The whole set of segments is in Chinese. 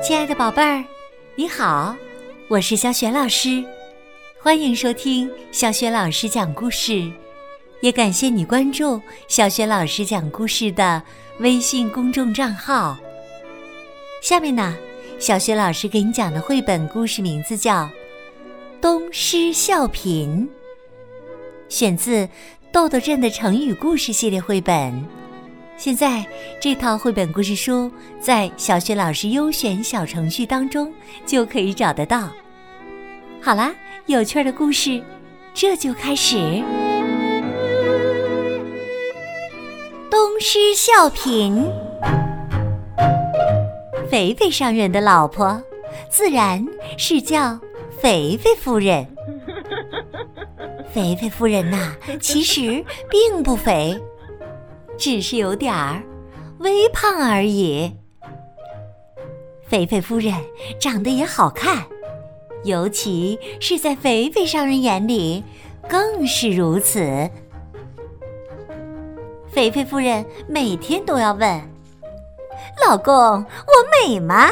亲爱的宝贝儿，你好，我是小雪老师，欢迎收听小雪老师讲故事，也感谢你关注小雪老师讲故事的微信公众账号。下面呢，小雪老师给你讲的绘本故事名字叫《东施效颦》，选自豆豆镇的成语故事系列绘本。现在这套绘本故事书在小雪老师优选小程序当中就可以找得到。好啦，有趣的故事这就开始。东施效颦。肥肥商人的老婆自然是叫肥肥夫人。肥肥夫人呐，其实并不肥，只是有点儿微胖而已。肥肥夫人长得也好看，尤其是在肥肥商人眼里更是如此。肥肥夫人每天都要问：老公，我美吗？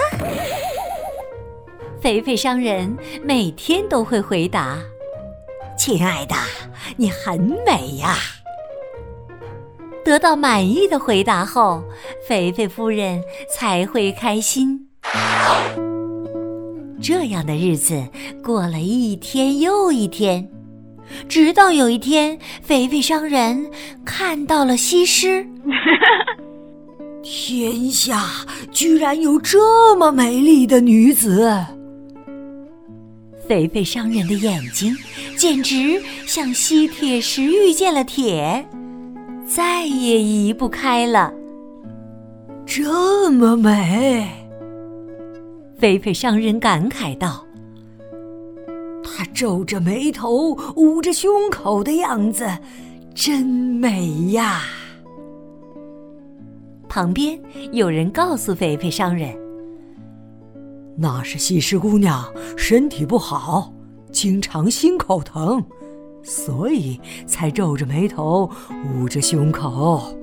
肥肥商人每天都会回答：亲爱的，你很美呀。得到满意的回答后，肥肥夫人才会开心。这样的日子过了一天又一天，直到有一天，肥肥商人看到了西施。 天下居然有这么美丽的女子！ 肥肥商人的眼睛简直像吸铁石遇见了铁，再也移不开了。 这么美！ 肥肥商人感慨道。 她皱着眉头，捂着胸口的样子，真美呀！ 旁边有人告诉肥肥商人， 那是西施姑娘身体不好，经常心口疼，所以才皱着眉头，捂着胸口。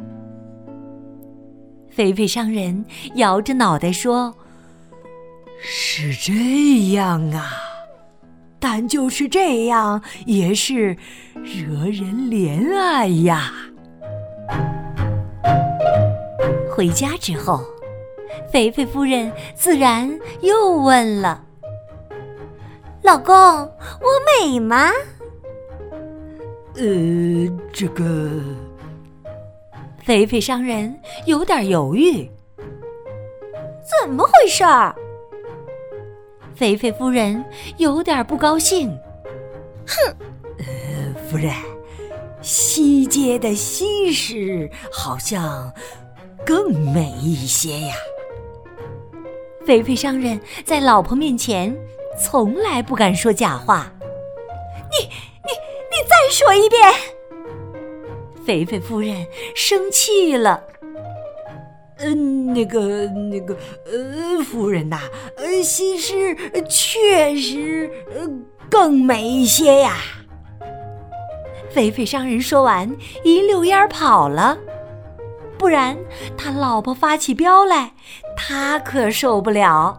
肥肥商人摇着脑袋说： 是这样啊，但就是这样也是惹人怜爱呀。 回家之后，肥肥夫人自然又问了：老公，我美吗？ 这个…… 肥肥商人有点犹豫。怎么回事？肥肥夫人有点不高兴。 哼，夫人，西街的西施好像更美一些呀。 肥肥商人在老婆面前从来不敢说假话。你再说一遍！肥肥夫人生气了。 夫人呐，西施确实更美一些呀。 肥肥商人说完，一溜烟跑了。不然他老婆发起飙来，他可受不了。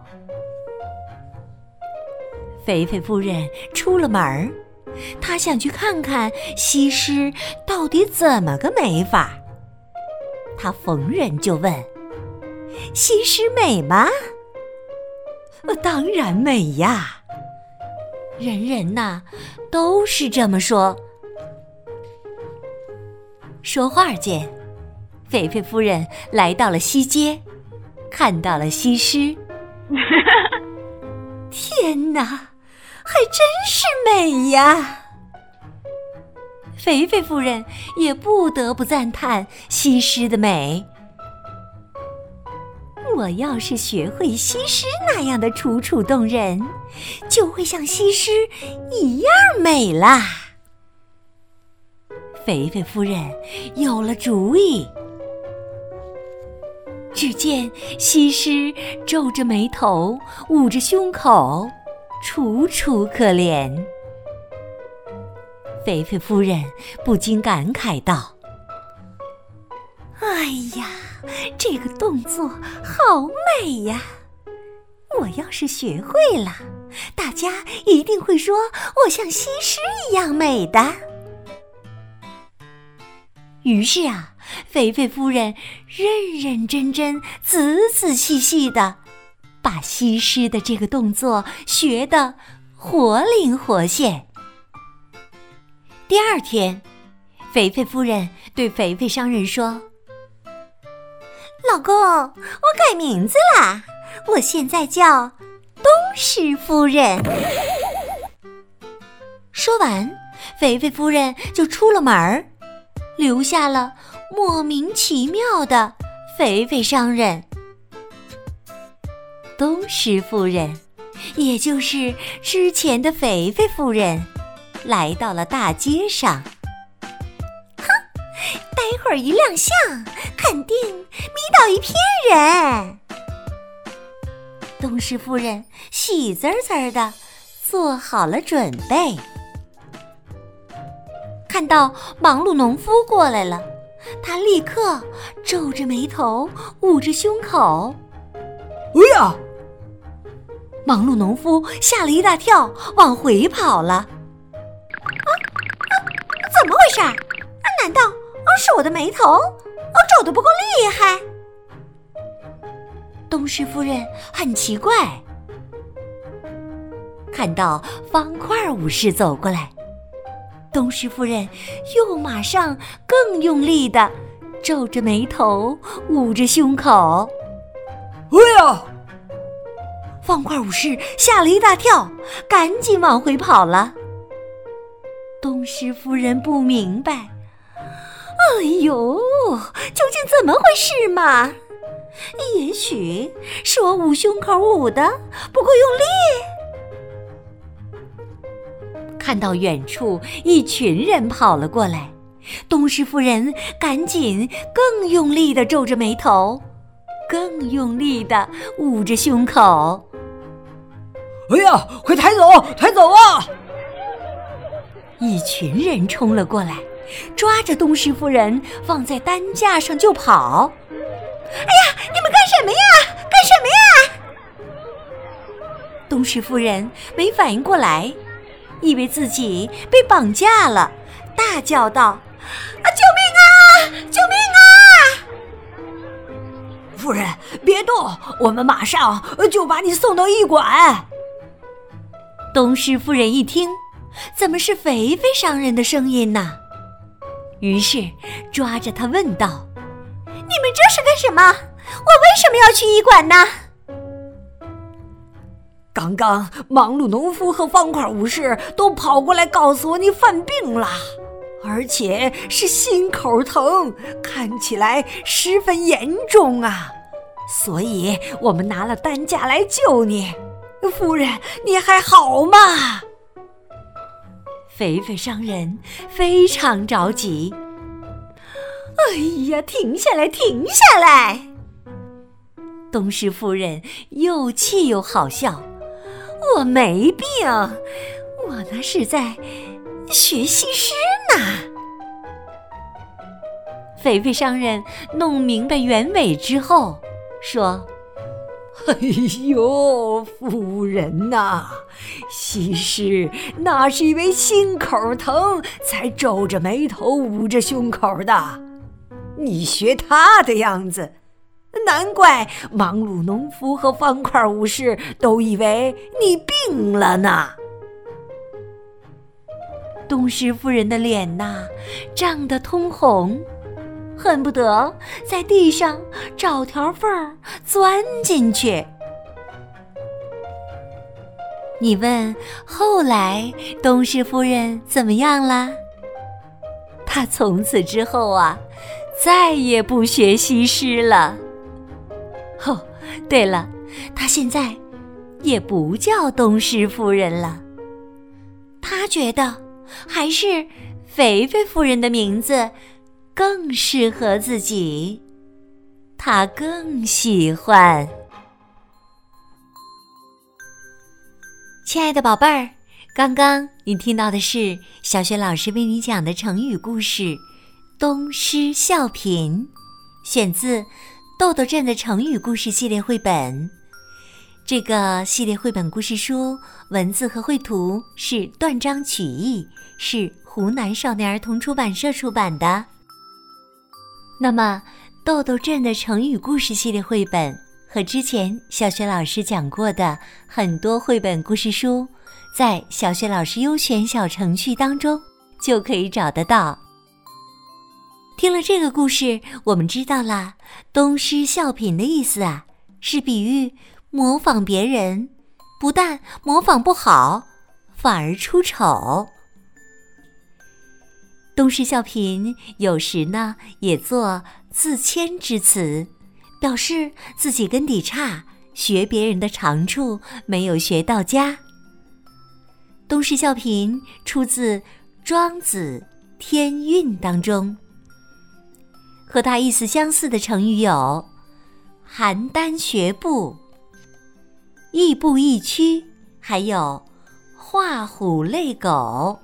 肥肥夫人出了门，她想去看看西施到底怎么个美法。她逢人就问：西施美吗？ 当然美呀。 人人呐都是这么说。说话间，肥肥夫人来到了西街，看到了西施。天哪，还真是美呀！肥肥夫人也不得不赞叹西施的美。我要是学会西施那样的楚楚动人，就会像西施一样美啦。肥肥夫人有了主意。只见西施皱着眉头，捂着胸口，楚楚可怜。肥肥夫人不禁感慨道：哎呀，这个动作好美呀！ 我要是学会了，大家一定会说我像西施一样美的。于是啊，肥肥夫人认认真真、仔仔细细地把西施的这个动作学得活灵活现。第二天，肥肥夫人对肥肥商人说：“老公，我改名字啦，我现在叫东施夫人。”说完，肥肥夫人就出了门，留下了莫名其妙的肥肥商人。东施夫人，也就是之前的肥肥夫人，来到了大街上。待会儿一亮相，肯定迷倒一片人。东施夫人喜滋滋地做好了准备。看到忙碌农夫过来了，他立刻皱着眉头，捂着胸口。 哎呀！ 忙碌农夫吓了一大跳，往回跑了。怎么回事？难道是我的眉头皱得不够厉害？东施夫人很奇怪。看到方块武士走过来，东施夫人又马上更用力地皱着眉头，捂着胸口。 哎呀！ 方块武士吓了一大跳，赶紧往回跑了。东施夫人不明白，哎呦，究竟怎么回事嘛？也许是我捂胸口捂的不够用力。看到远处一群人跑了过来，东施夫人赶紧更用力地皱着眉头，更用力地捂着胸口。 哎呀，快抬走，抬走啊！ 一群人冲了过来，抓着东施夫人放在担架上就跑。哎呀，你们干什么呀？干什么呀？东施夫人没反应过来，以为自己被绑架了，大叫道：“救命啊！救命啊！” 夫人，别动，我们马上就把你送到医馆。 东施夫人一听，怎么是肥肥商人的声音呢？于是抓着他问道：“你们这是干什么？我为什么要去医馆呢？” 刚刚忙碌农夫和方块武士都跑过来告诉我你犯病了，而且是心口疼，看起来十分严重啊，所以我们拿了担架来救你。夫人，你还好吗？ 肥肥商人非常着急。哎呀，停下来，停下来！东施夫人又气又好笑。我没病，我那是在学西施呢。肥肥商人弄明白原委之后说：“ 哎呦，夫人呐，西施那是因为心口疼才皱着眉头捂着胸口的，你学她的样子，难怪忙碌农夫和方块武士都以为你病了呢。” 东施夫人的脸呐，涨得通红，恨不得在地上找条缝钻进去。你问后来东施夫人怎么样啦？她从此之后啊，再也不学西施了。哦，对了，她现在也不叫东施夫人了。她觉得还是肥肥夫人的名字更适合自己，她更喜欢。亲爱的宝贝儿，刚刚你听到的是小雪老师为你讲的成语故事《东施效颦》，选自豆豆镇的成语故事系列绘本。 这个系列绘本故事书文字和绘图是断章取义，是湖南少年儿童出版社出版的。那么豆豆镇的成语故事系列绘本和之前小雪老师讲过的很多绘本故事书，在小雪老师优选小程序当中就可以找得到。听了这个故事，我们知道了东施效颦的意思啊，是比喻模仿别人，不但模仿不好，反而出丑。东施效颦有时呢也作自谦之词，表示自己根底差，学别人的长处没有学到家。东施效颦出自《庄子·天运》当中。和它意思相似的成语有邯郸学步、亦步亦趋，还有画虎类狗。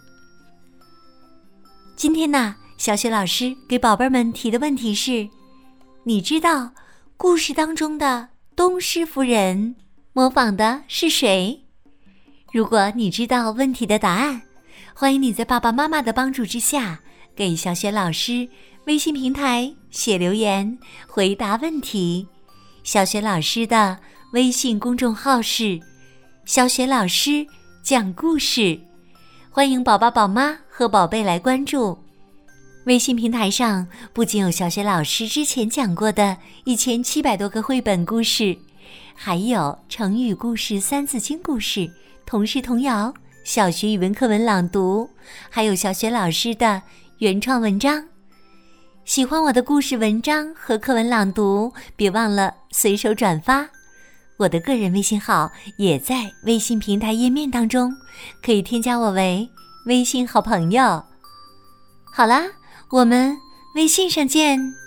今天呢，小雪老师给宝贝们提的问题是：你知道故事当中的东施夫人模仿的是谁？如果你知道问题的答案，欢迎你在爸爸妈妈的帮助之下，给小雪老师微信平台写留言回答问题。小雪老师的微信公众号是小雪老师讲故事，欢迎宝宝宝妈和宝贝来关注。微信平台上不仅有小雪老师之前讲过的1700多个绘本故事，还有成语故事、三字经故事、童诗童谣、小学语文课文朗读，还有小雪老师的原创文章。喜欢我的故事文章和课文朗读，别忘了随手转发。我的个人微信号也在微信平台页面当中，可以添加我为微信好朋友。好啦，我们微信上见。